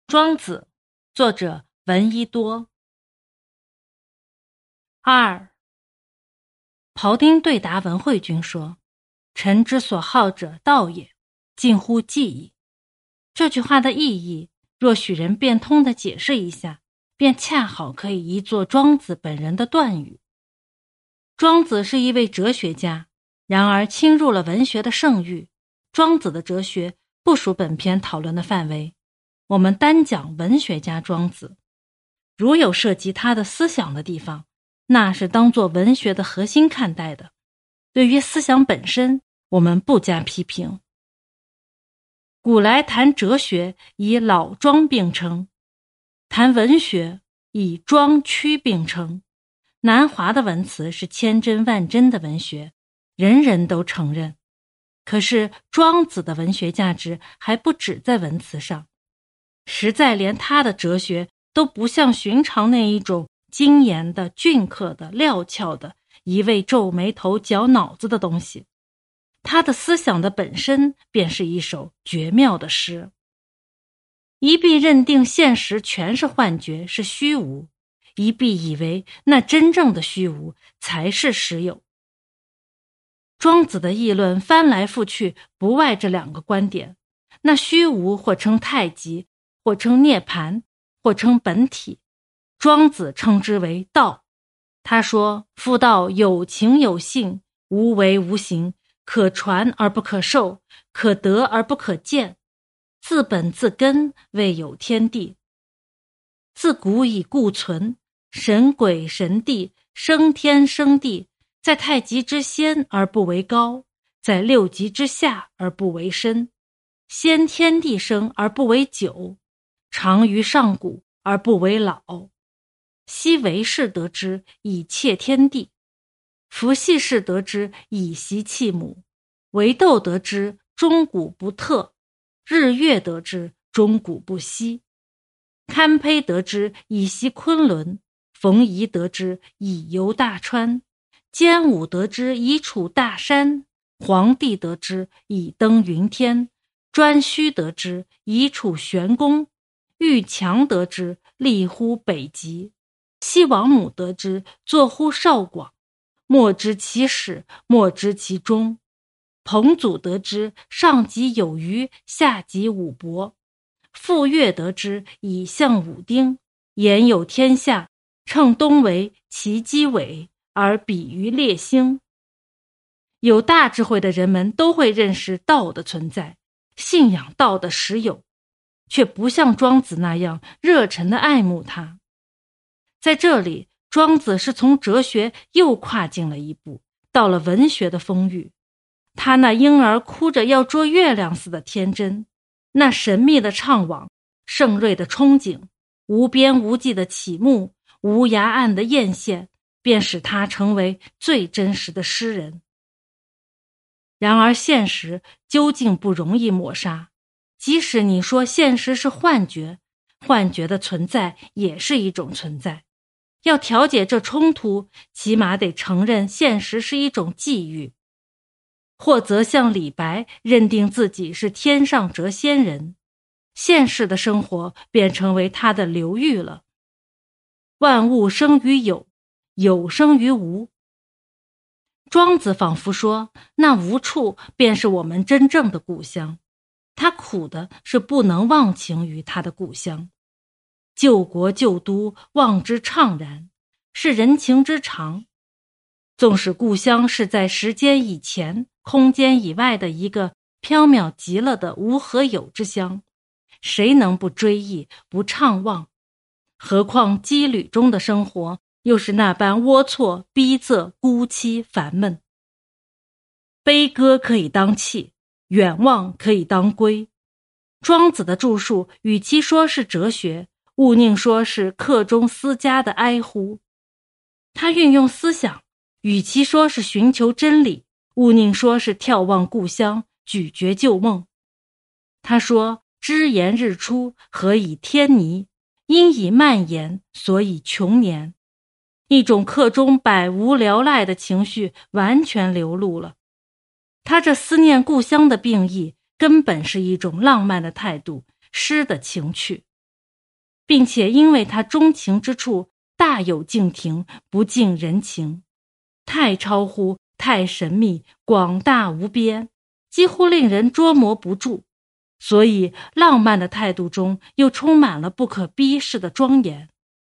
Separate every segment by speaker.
Speaker 1: 庄子，作者闻一多。2. 庖丁对答文惠君说：臣之所好者道也，近乎记矣。这句话的意义，若许人变通地解释一下，便恰好可以译作庄子本人的断语。庄子是一位哲学家，然而侵入了文学的圣域，庄子的哲学不属本篇讨论的范围。我们单讲文学家庄子，如有涉及他的思想的地方，那是当作文学的核心看待的。对于思想本身，我们不加批评。古来谈哲学以老庄并称，谈文学以庄曲并称。南华的文辞是千真万真的文学，人人都承认。可是庄子的文学价值还不止在文辞上，实在连他的哲学都不像寻常那一种精严的、峻刻的、料峭的，一味皱眉头绞脑子的东西。他的思想的本身便是一首绝妙的诗。一必认定现实全是幻觉，是虚无，一必以为那真正的虚无才是实有。庄子的议论翻来覆去不外这两个观点，那虚无或称太极，或称涅槃，或称本体，庄子称之为道。他说：夫道有情有性，无为无形，可传而不可受，可得而不可见，自本自根，谓有天地。自古以固存，神鬼神帝，生天生地，在太极之先而不为高，在六极之下而不为深，先天地生而不为久，长于上古而不为老。昔为士得之，以切天地；夫系士得之，以习气母；为斗得之，终古不特；日月得之，终古不息；堪胚得之，以习昆仑；冯夷得之，以游大川；坚武得之，以处大山；黄帝得之，以登云天；颛顼得之，以处玄宫；玉强得之，立乎北极；西王母得之，坐乎少广。莫知其始，莫知其终。彭祖得之，上极有余，下极五伯。傅说得之，以象武丁。言有天下，称东为其基尾，而比于列星。有大智慧的人们都会认识道的存在，信仰道的实有，却不像庄子那样热忱地爱慕它。在这里，庄子是从哲学又跨进了一步，到了文学的风域。他那婴儿哭着要捉月亮似的天真，那神秘的怅惘，盛瑞的憧憬，无边无际的启幕，无涯岸的艳羡，便使他成为最真实的诗人。然而现实究竟不容易抹杀，即使你说现实是幻觉，幻觉的存在也是一种存在。要调解这冲突，起码得承认现实是一种际遇。或则像李白认定自己是天上谪仙人，现实的生活便成为他的流域了。万物生于有，有生于无。庄子仿佛说，那无处便是我们真正的故乡，他苦的是不能忘情于他的故乡。救国救都，望之怅然，是人情之常。纵使故乡是在时间以前、空间以外的一个缥缈极了的无和有之乡，谁能不追忆、不怅望？何况羁旅中的生活又是那般龌龊、逼仄、孤凄、烦闷。悲歌可以当泣，远望可以当归。庄子的著述与其说是哲学，勿宁说是客中思家的哀呼。他运用思想，与其说是寻求真理，勿宁说是眺望故乡，咀嚼旧梦。他说：只言日出，何以天倪？因以蔓延，所以穷年。一种客中百无聊赖的情绪完全流露了。他这思念故乡的病意，根本是一种浪漫的态度，诗的情趣。 并且因为他钟情之处大有敬亭，不近人情，太超乎，太神秘，广大无边，几乎令人捉摸不住，所以浪漫的态度中又充满了不可逼视的庄严。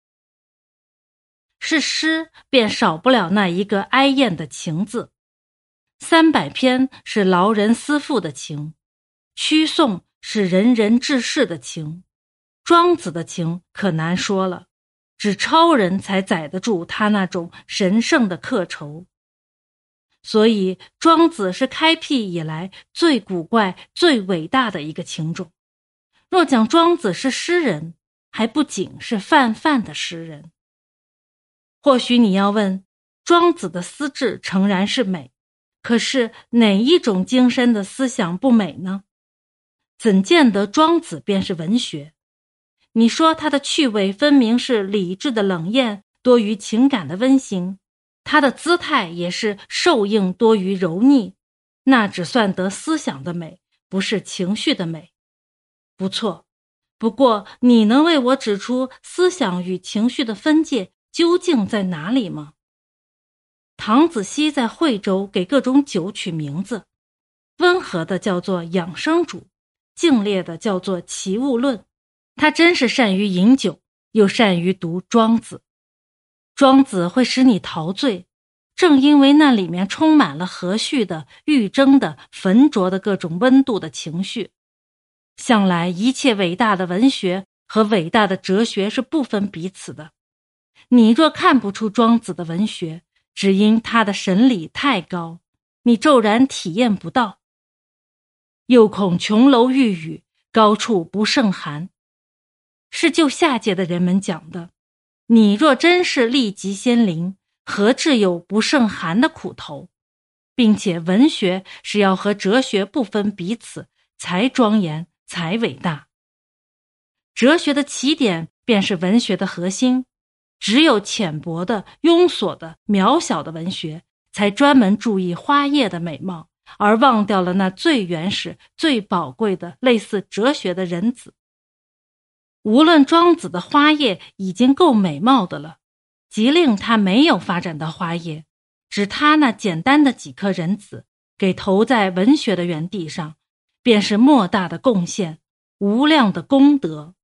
Speaker 1: 是诗，便少不了那一个哀艳的情字。300篇是劳人思妇的情，曲颂是仁人志士的情，庄子的情可难说了，只超人才载得住他那种神圣的刻愁。所以庄子是开辟以来最古怪最伟大的一个情种。若讲庄子是诗人，还不仅是泛泛的诗人。或许你要问，庄子的思志诚然是美，可是哪一种精深的思想不美呢？怎见得庄子便是文学？你说他的趣味分明是理智的冷艳多于情感的温馨，他的姿态也是受硬多于柔腻，那只算得思想的美，不是情绪的美。不错，不过你能为我指出思想与情绪的分界究竟在哪里吗？唐子熙在惠州给各种酒取名字，温和的叫做养生主，静烈的叫做齐物论。他真是善于饮酒，又善于读庄子。庄子会使你陶醉，正因为那里面充满了和煦的、欲蒸的、焚灼的各种温度的情绪。向来一切伟大的文学和伟大的哲学是不分彼此的。你若看不出庄子的文学，只因他的神理太高，你骤然体验不到。又恐琼楼玉宇，高处不胜寒，是就下界的人们讲的。你若真是立极仙灵，何至有不胜寒的苦头？并且文学是要和哲学不分彼此，才庄严，才伟大。哲学的起点便是文学的核心，只有浅薄的、庸俗的、渺小的文学，才专门注意花叶的美貌，而忘掉了那最原始、最宝贵的类似哲学的人子。无论庄子的花叶已经够美貌的了，即令他没有发展到花叶，只他那简单的几颗人子给投在文学的原地上，便是莫大的贡献，无量的功德。